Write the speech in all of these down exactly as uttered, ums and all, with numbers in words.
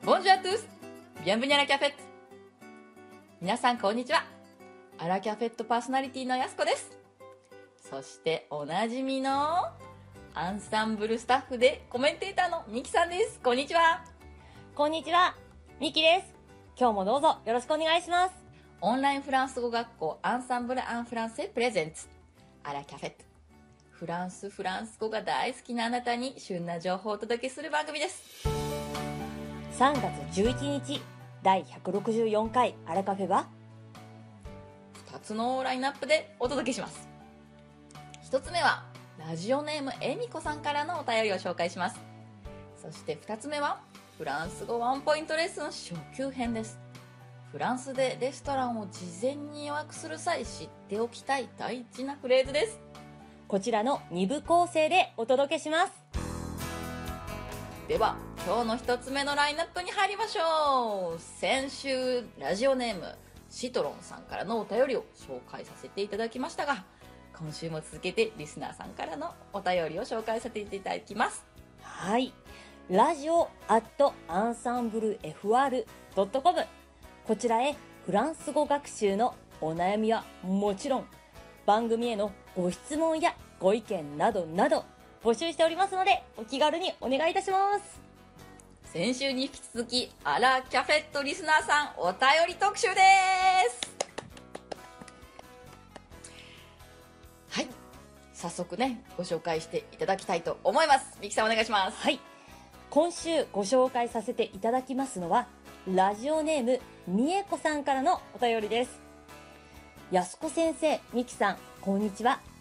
Bonjour à tous! Bienvenue à la cafette! 皆さんこんにちは。アラキャフェットパーソナリティのやすこです。そしておなじみのアンサンブルスタッフでコメンテーターのミキさんです。こんにちは。 こんにちは、ミキです。今日もどうぞよろしくお願いします。 オンラインフランス語学校アンサンブル・アン・フランセプレゼンツアラキャフェット。フランス・フランス語が大好きなあなたに旬な情報をお届けする番組です。 さんがつじゅういちにちだいひゃくろくじゅうよんかいアラカフェはふたつのラインナップでお届けします。ひとつめはラジオネームえみこさんからのお便りを紹介します。そしてふたつめはフランス語ワンポイントレッスン初級編です。フランスでレストランを事前に予約する際知っておきたい大事なフレーズです。 こちらのにぶ構成でお届けします。 では今日のひとつめのラインナップに入りましょう。先週ラジオネームシトロンさんからのお便りを紹介させていただきましたが、今週も続けてリスナーさんからのお便りを紹介させていただきます。 はい、ラジオアットアンサンブル エフアールドットコム、 こちらへフランス語学習のお悩みはもちろん番組へのご質問やご意見などなど募集しておりますので、お気軽にお願いいたします。 先週に引き続きアラキャフェットリスナーさんお便り特集です。はい、早速ねご紹介していただきたいと思います。ミキさんお願いします。 はい、今週ご紹介させていただきますのはラジオネームみえこさんからのお便りです。やすこ先生、みきさん、こんにちは。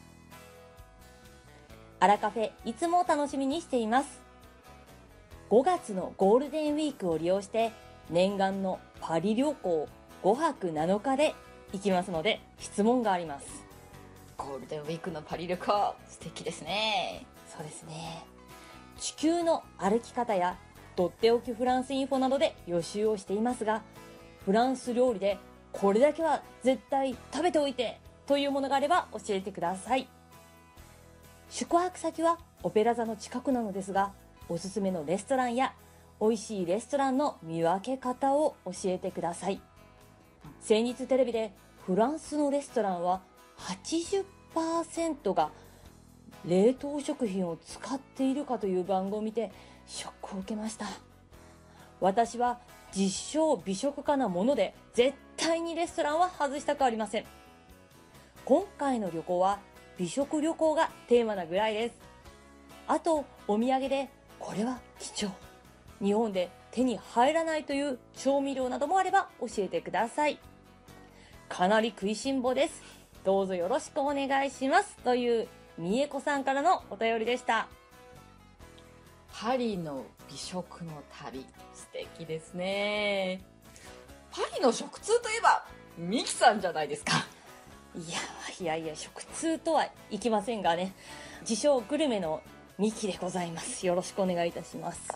アラカフェいつも楽しみにしています。ごがつのゴールデンウィークを利用して念願のパリ旅行ごはくなのかで行きますので質問があります。 ゴールデンウィークのパリ旅行素敵ですね。 そうですね。地球の歩き方やとっておきフランスインフォなどで予習をしていますが、フランス料理でこれだけは絶対食べておいてというものがあれば教えてください。宿泊先はオペラ座の近くなのですが、おすすめのレストランや美味しいレストランの見分け方を教えてください。先日テレビでフランスのレストランは はちじゅっパーセント が冷凍食品を使っているかという番号を見てショックを受けました。私は実証美食家なもので絶対にレストランは外したくありません。今回の旅行は美食旅行がテーマなぐらいです。あとお土産でこれは貴重、日本で手に入らないという調味料などもあれば教えてください。かなり食いしん坊です。どうぞよろしくお願いします、というみえこさんからのお便りでした。 パリの美食の旅素敵ですね。パリの食通といえばミキさんじゃないですか。 いやいやいや、食通とはいきませんがね、自称グルメのミキでございます。よろしくお願いいたします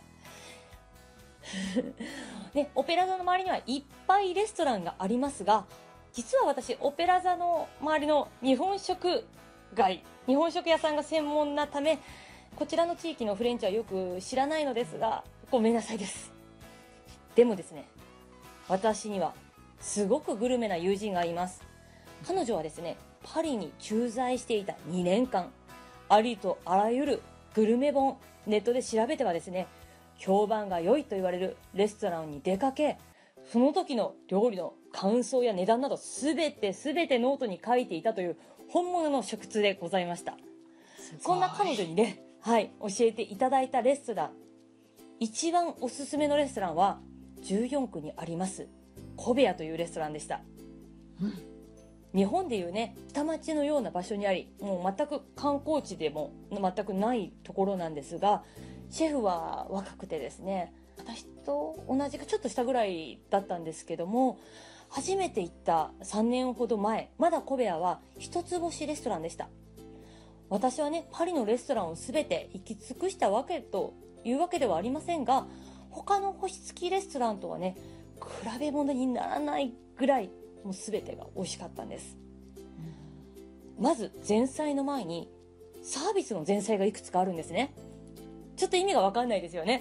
ね、オペラ座の周りにはいっぱいレストランがありますが、実は私オペラ座の周りの日本食街、日本食屋さんが専門なため、こちらの地域のフレンチはよく知らないのですが、ごめんなさいです。でもですね、私にはすごくグルメな友人がいます。彼女はですね、パリに駐在していたにねんかん、ありとあらゆるグルメ本、ネットで調べてはですね、評判が良いと言われるレストランに出かけ、その時の料理の感想や値段などすべてすべてノートに書いていたという本物の食通でございました。そんな彼女にね、はい、教えていただいたレストラン、一番おすすめのレストランはじゅうよんくにありますコベアというレストランでした。うん日本でいうね、下町のような場所にあり、もう全く観光地でも全くないところなんですが、シェフは若くてですね、私と同じかちょっと下ぐらいだったんですけども、初めて行ったさんねんほど前、まだコベアは一つ星レストランでした。私はね、パリのレストランを全て行き尽くしたわけというわけではありませんが、他の星付きレストランとはね、比べ物にならないぐらいもう全てが美味しかったんです。まず前菜の前にサービスの前菜がいくつかあるんですね。ちょっと意味が分かんないですよね。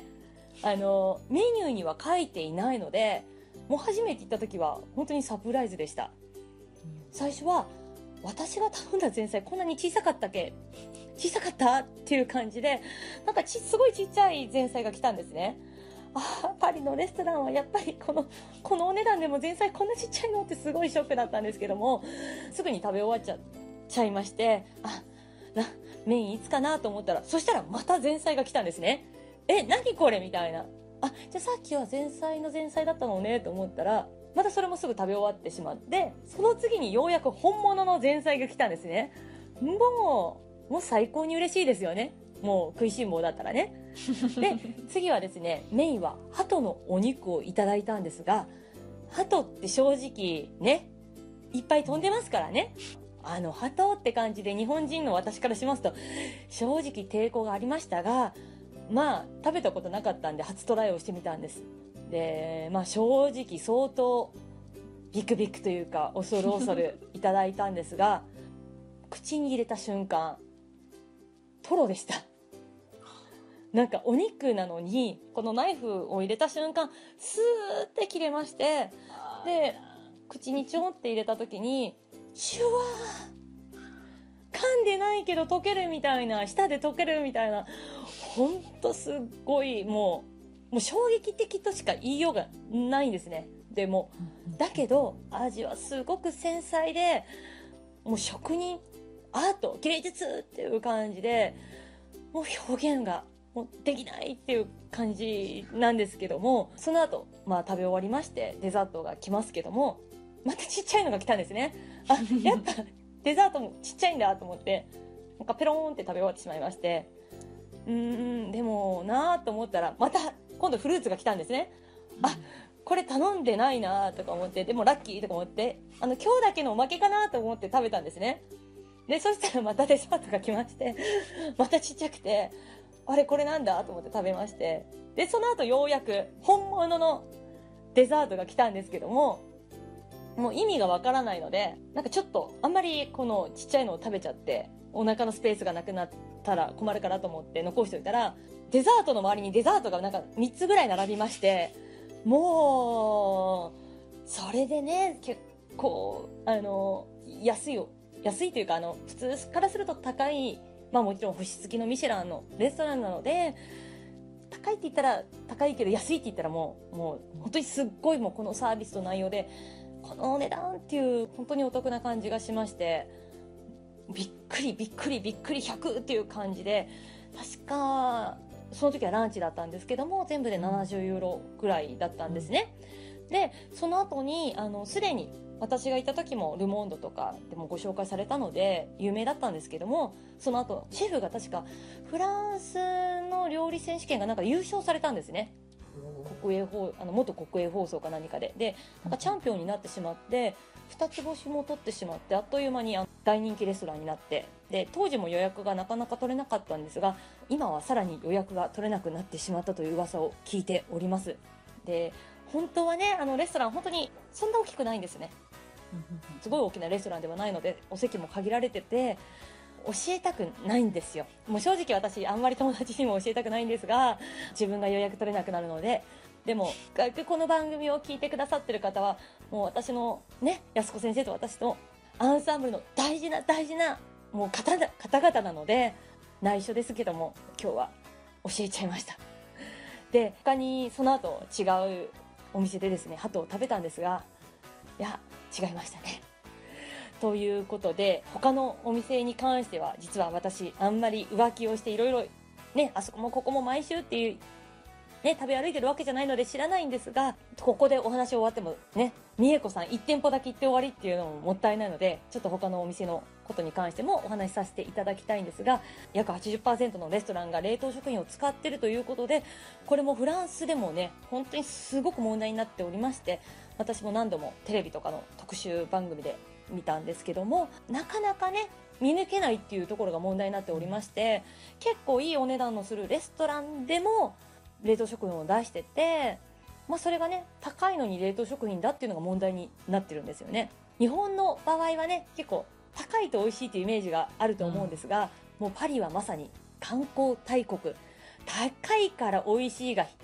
あのメニューには書いていないので、もう初めて行った時は本当にサプライズでした。最初は私が頼んだ前菜こんなに小さかったっけ、小さかったっていう感じで、なんかちすごいちっちゃい前菜が来たんですね。あ、パリのレストランはやっぱりこのこのお値段でも前菜こんなちっちゃいのってすごいショックだったんですけども、すぐに食べ終わっちゃちゃいまして、あ、なメインいつかなと思ったら、そしたらまた前菜が来たんですね。え、何これみたいな。あ、じゃあさっきは前菜の前菜だったのねと思ったら、またそれもすぐ食べ終わってしまって、その次にようやく本物の前菜が来たんですね。もうもう最高に嬉しいですよね、もう食いしん坊だったらね。で次はですね、メインは鳩のお肉をいただいたんですが、鳩って正直ね、いっぱい飛んでますからね、あの鳩って感じで日本人の私からしますと正直抵抗がありましたが、まあ食べたことなかったんで初トライをしてみたんです。で、まあ正直相当ビクビクというか恐る恐るいただいたんですが、口に入れた瞬間トロでした。なんかお肉なのにこのナイフを入れた瞬間スーって切れまして、で口にちょんって入れた時にシュワー、噛んでないけど溶けるみたいな、舌で溶けるみたいな、ほんとすっごいもうもう衝撃的としか言いようがないんですね。でもだけど味はすごく繊細で、もう職人アート芸術っていう感じで、もう表現がもうできないっていう感じなんですけども、その後、まあ、食べ終わりましてデザートが来ますけども、またちっちゃいのが来たんですね。あ、やっぱデザートもちっちゃいんだと思って、なんかペローンって食べ終わってしまいまして、うーんでもなーと思ったらまた今度フルーツが来たんですね。あ、これ頼んでないなとか思って、でもラッキーとか思って、あの今日だけのおまけかなと思って食べたんですね。でそしたらまたデザートが来まして、またちっちゃくて、あれこれなんだと思って食べまして、でその後ようやく本物のデザートが来たんですけども、もう意味がわからないので、なんかちょっとあんまりこのちっちゃいのを食べちゃってお腹のスペースがなくなったら困るからと思って残しておいたら、デザートの周りにデザートがなんかみっつぐらい並びまして、もうそれでね、結構あの安いよ安いというか、あの普通からすると高い、まあもちろん星付きのミシェランのレストランなので、高いって言ったら高いけど安いって言ったらもうもう本当にすっごい、もうこのサービスと内容でこのお値段っていう本当にお得な感じがしまして、びっくりびっくりびっくりひゃくっていう感じで、確かその時はランチだったんですけども全部でななじゅうユーロぐらいだったんですね。でその後にあのすでに私がいた時もルモンドとかでもご紹介されたので有名だったんですけども、その後シェフが確かフランスの料理選手権がなんか優勝されたんですね。国営放あの元国営放送か何かで、でなんかチャンピオンになってしまって二つ星も取ってしまって、あっという間にあの大人気レストランになって、で当時も予約がなかなか取れなかったんですが、今はさらに予約が取れなくなってしまったという噂を聞いております。で本当はね、あのレストラン本当にそんな大きくないんですね。すごい大きなレストランではないのでお席も限られてて教えたくないんですよ。もう正直私あんまり友達にも教えたくないんですが、自分が予約取れなくなるので。でもこの番組を聞いてくださってる方はもう私のね、安子先生と私とアンサンブルの大事な大事なもう方だ方々なので、内緒ですけども今日は教えちゃいました。で他にその後違うお店でですね鳩を食べたんですが、いや違いましたね。ということで他のお店に関しては実は私あんまり浮気をしていろいろね、あそこもここも毎週っていうね、食べ歩いてるわけじゃないので知らないんですが、ここでお話終わってもね、美恵子さんいち店舗だけ行って終わりっていうのももったいないので、ちょっと他のお店のことに関してもお話しさせていただきたいんですが、約 はちじゅっパーセント のレストランが冷凍食品を使っているということで、これもフランスでもね本当にすごく問題になっておりまして、私も何度もテレビとかの特集番組で見たんですけども、なかなかね見抜けないっていうところが問題になっておりまして、結構いいお値段のするレストランでも冷凍食品を出してて、まあ、それがね高いのに冷凍食品だっていうのが問題になってるんですよね。日本の場合はね結構高いと美味しいというイメージがあると思うんですが、うん、もうパリはまさに観光大国、高いから美味しいが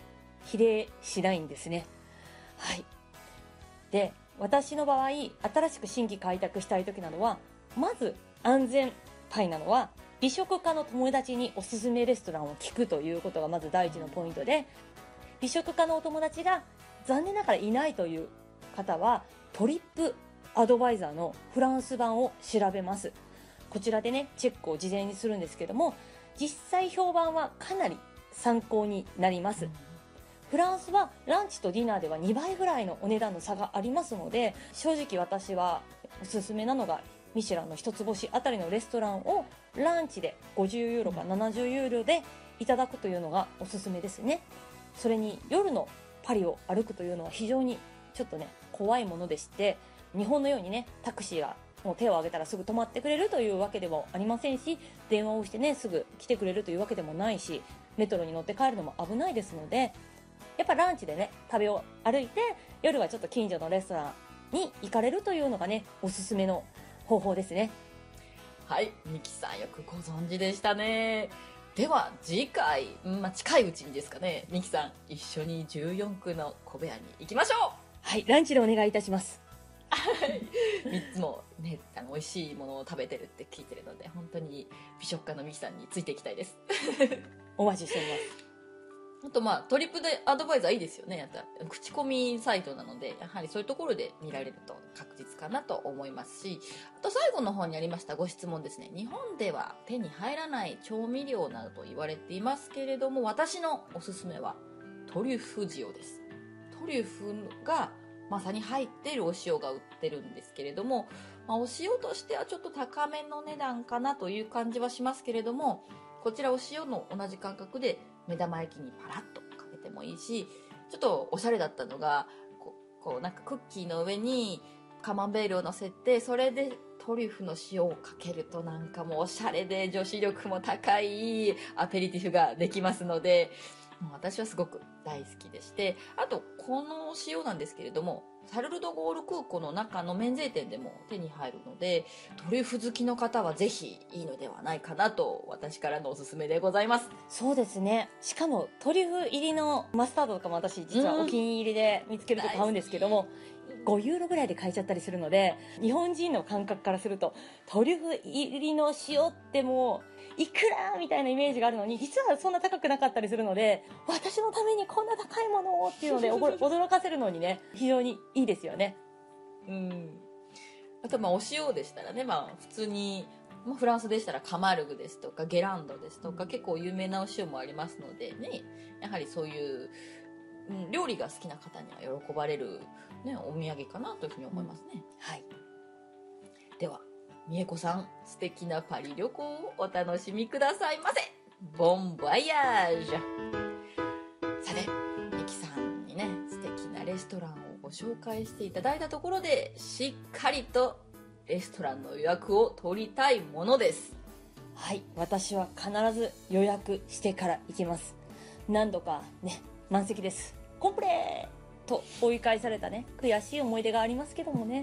比例しないんですね。はい。で、私の場合、新しく新規開拓したい時などは、まず安全牌なのは、美食家の友達におすすめレストランを聞くということがまず第一のポイントで、美食家のお友達が残念ながらいないという方は、トリップアドバイザーのフランス版を調べます。こちらでね、チェックを事前にするんですけども、実際評判はかなり参考になります。フランスはランチとディナーではにばいぐらいのお値段の差がありますので、正直私はおすすめなのがミシュランの一つ星あたりのレストランをランチでごじゅうユーロかななじゅうユーロでいただくというのがおすすめですね。それに夜のパリを歩くというのは非常にちょっとね怖いものでして、日本のようにねタクシーがもう手を挙げたらすぐ止まってくれるというわけでもありませんし、電話をしてねすぐ来てくれるというわけでもないし、メトロに乗って帰るのも危ないですので、やっぱランチでね食べを歩いて夜はちょっと近所のレストランに行かれるというのがねおすすめの方法ですね。 はい、ミキさんよくご存知でしたね。では次回、まあ、近いうちにですかね、ミキさん一緒にじゅうよんくの小部屋に行きましょう。 はい、ランチでお願いいたします。 みっつもね、あの美味しいものを食べてるって聞いてるので、本当に美食家のミキさんについていきたいですお待ちしております。 あとまあトリップでアドバイザーいいですよね。やった口コミサイトなので、やはりそういうところで見られると確実かなと思いますし、あと最後の方にありましたご質問ですね。日本では手に入らない調味料などと言われていますけれども、私のおすすめはトリュフ塩です。トリュフがまさに入っているお塩が売ってるんですけれども、まあ、お塩としてはちょっと高めの値段かなという感じはしますけれども、こちらお塩の同じ感覚で目玉焼きにパラッとかけてもいいし、ちょっとおしゃれだったのがこう、こうなんかクッキーの上にカマンベールを乗せて、それでトリュフの塩をかけるとなんかもうおしゃれで女子力も高いアペリティフができますので、もう私はすごく大好きでして、あとこの塩なんですけれども、シャルル・ド・ゴール空港の中の免税店でも手に入るので、トリュフ好きの方はぜひいいのではないかなと、私からのおすすめでございます。 そうですね。しかもトリュフ入りのマスタードとかも私実はお気に入りで見つけると買うんですけども、ごユーロぐらいで買えちゃったりするので、日本人の感覚からするとトリュフ入りの塩ってもういくらみたいなイメージがあるのに、実はそんな高くなかったりするので、私のためにこんな高いものをっていうので驚かせるのにね非常にいいですよね。 うん。あとまあお塩でしたらね、まあ普通に、まあ、フランスでしたらカマルグですとかゲランドですとか結構有名なお塩もありますのでね、やはりそういう、うん、料理が好きな方には喜ばれる、ね、お土産かなというふうに思いますね。うん、 はい。 では美恵子さん、素敵なパリ旅行をお楽しみくださいませ。ボンボイヤージュ。さて、ミキさんにね、素敵なレストランをご紹介していただいたところで、しっかりとレストランの予約を取りたいものです。 はい、私は必ず予約してから行きます。何度かね、満席です。コンプレーと追い返されたね、悔しい思い出がありますけどもね。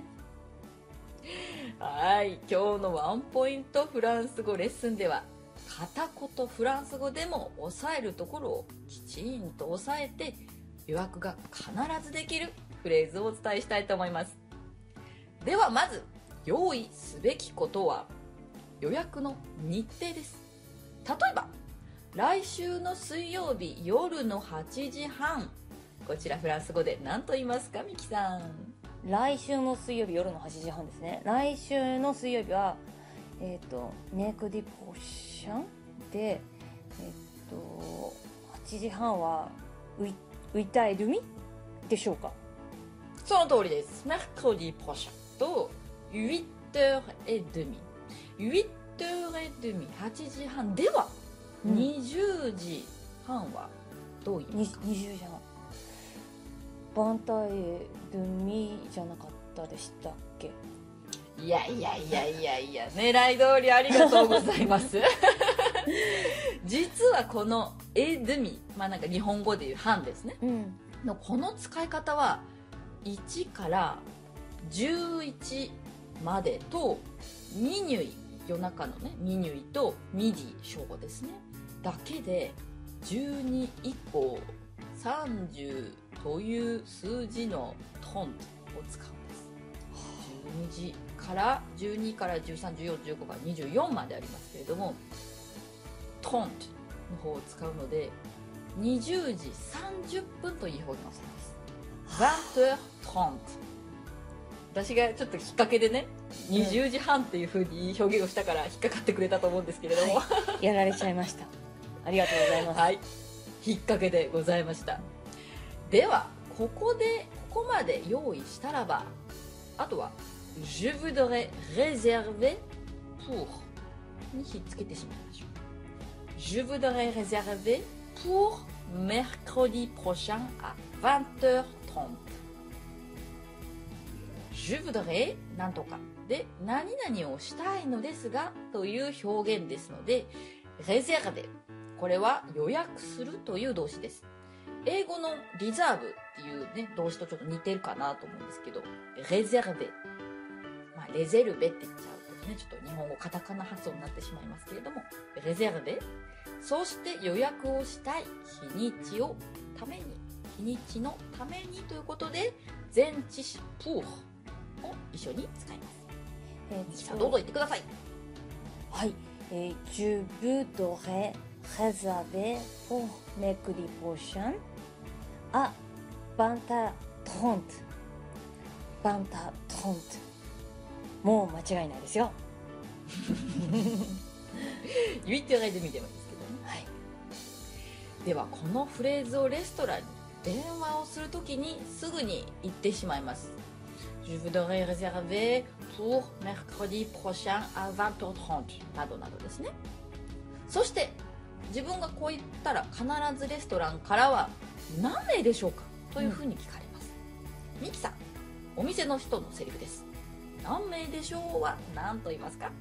はい、今日のワンポイントフランス語レッスンでは、片言フランス語でも押さえるところをきちんと押さえて予約が必ずできるフレーズをお伝えしたいと思います。ではまず用意すべきことは予約の日程です。例えば来週の水曜日夜のはちじはん、こちらフランス語で何と言いますか、ミキさん。 来週の水曜日夜のはちじはんですね。来週の水曜日はえっ、ー、とメークディポーションでえっ、ー、とはちじはんはウィウィタイルミでしょうか。 その通りです。メークディポーションとはちじはんはちじはんはちじはんでは、うん、にじゅうじはんはどう言いますか。 にじゅうじはんバンタイドゥミじゃなかったでしたっけ。 いやいやいやいやいや、狙い通りありがとうございます実はこのエドゥミ、まあなんか日本語でいう半ですね、うん、のこの使い方はいちからじゅういちまでとミニュイ、夜中のねミニュイとミディ正午ですねだけでじゅうに以降さんじゅうという数字のトントを使うんです。じゅうにじからじゅうにからじゅうさん、じゅうよん、じゅうごからにじゅうよんまでありますけれども、トントの方を使うのでにじゅうじさんじゅっぷんという表現をされます。vingt heures trente。私がちょっと引っ掛けでね、にじゅうじはんっていう風に表現をしたから引っかかってくれたと思うんですけれども、 はい、やられちゃいました。ありがとうございます。 はい、引っ掛けでございました。ではここでここまで用意したらば、あとは Je voudrais réserver pour にひっつけてしまいましょう。Je voudrais réserver pour mercredi prochain à vingt heures trente。Je voudrais なんとかで何々をしたいのですがという表現ですので、réserver、これは予約するという動詞です。英語のリザーブっていうね動詞とちょっと似てるかなと思うんですけど、réserver、まあレゼルベって言っちゃうとねちょっと日本語カタカナ発音になってしまいますけれども、réserver、そして予約をしたい日にちをために、日にちのためにということで前置詞 pour を一緒に使います。 えー、 ミキさんどうぞ言ってください。 はい、えー、Je voudrais réserver pour mercredi prochain à vingt heures trente。vingt heures trente。もう間違いないですよ。 ユイテレで見てもいいですけどね。 はい。 ではこのフレーズをレストランに電話をするときにすぐに言ってしまいます。Je voudrais réserver pour mercredi prochain à vingt heures trente などなどですね。そして自分がこう言ったら必ずレストランからは何名でしょうかというふうに聞かれます。うん、ミキさん、お店の人のセリフです。何名でしょうは何と言いますか？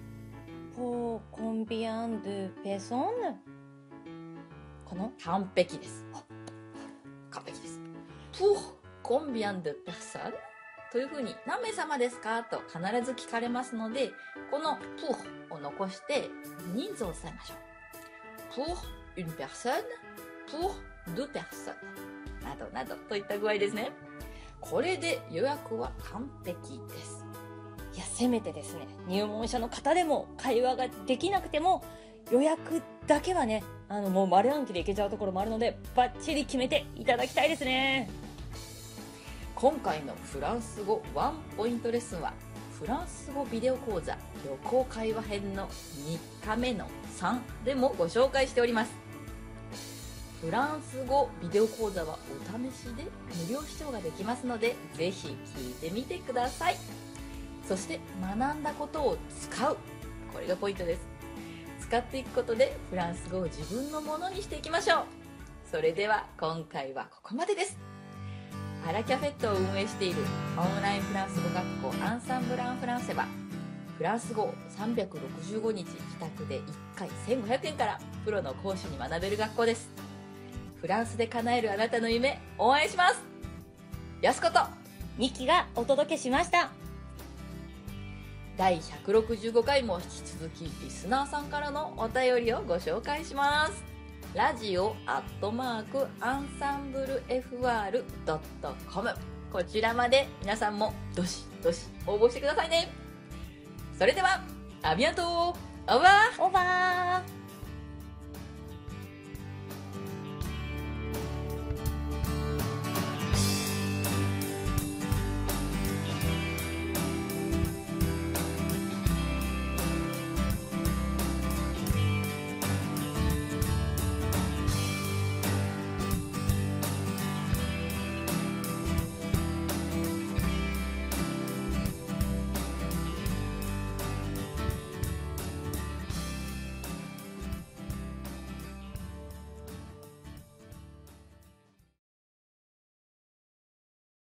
Pour combien de personnes？ かな？ 完璧です。完璧です。Pour combien de personnes？ というふうに何名様ですかと必ず聞かれますので、この pour を残して人数を伝えましょう。pour une personne, pour deux personnes などなどといった具合ですね。これで予約は完璧です。 いや、せめてですね、入門者の方でも会話ができなくても予約だけはね、あのもう丸暗記でいけちゃうところもあるので、バッチリ決めていただきたいですね。 今回のフランス語ワンポイントレッスンはフランス語ビデオ講座旅行会話編のみっかめのさんでもご紹介しております。フランス語ビデオ講座はお試しで無料視聴ができますので、ぜひ聞いてみてください。そして学んだことを使う、これがポイントです。使っていくことでフランス語を自分のものにしていきましょう。それでは今回はここまでです。アラキャフェットを運営しているオンラインフランス語学校アンサンブランフランセは、フランス語をさんびゃくろくじゅうごにち自宅でいっかいせんごひゃくえんからプロの講師に学べる学校です。フランスで叶えるあなたの夢、応援します。やすことミキがお届けしました。 だいひゃくろくじゅうごかいも引き続きリスナーさんからのお便りをご紹介します。ラジオアットマークアンサンブル エフアールドットコム、 こちらまで皆さんもどしどし応募してくださいね。それではアビアント、オーバー。 オーバー。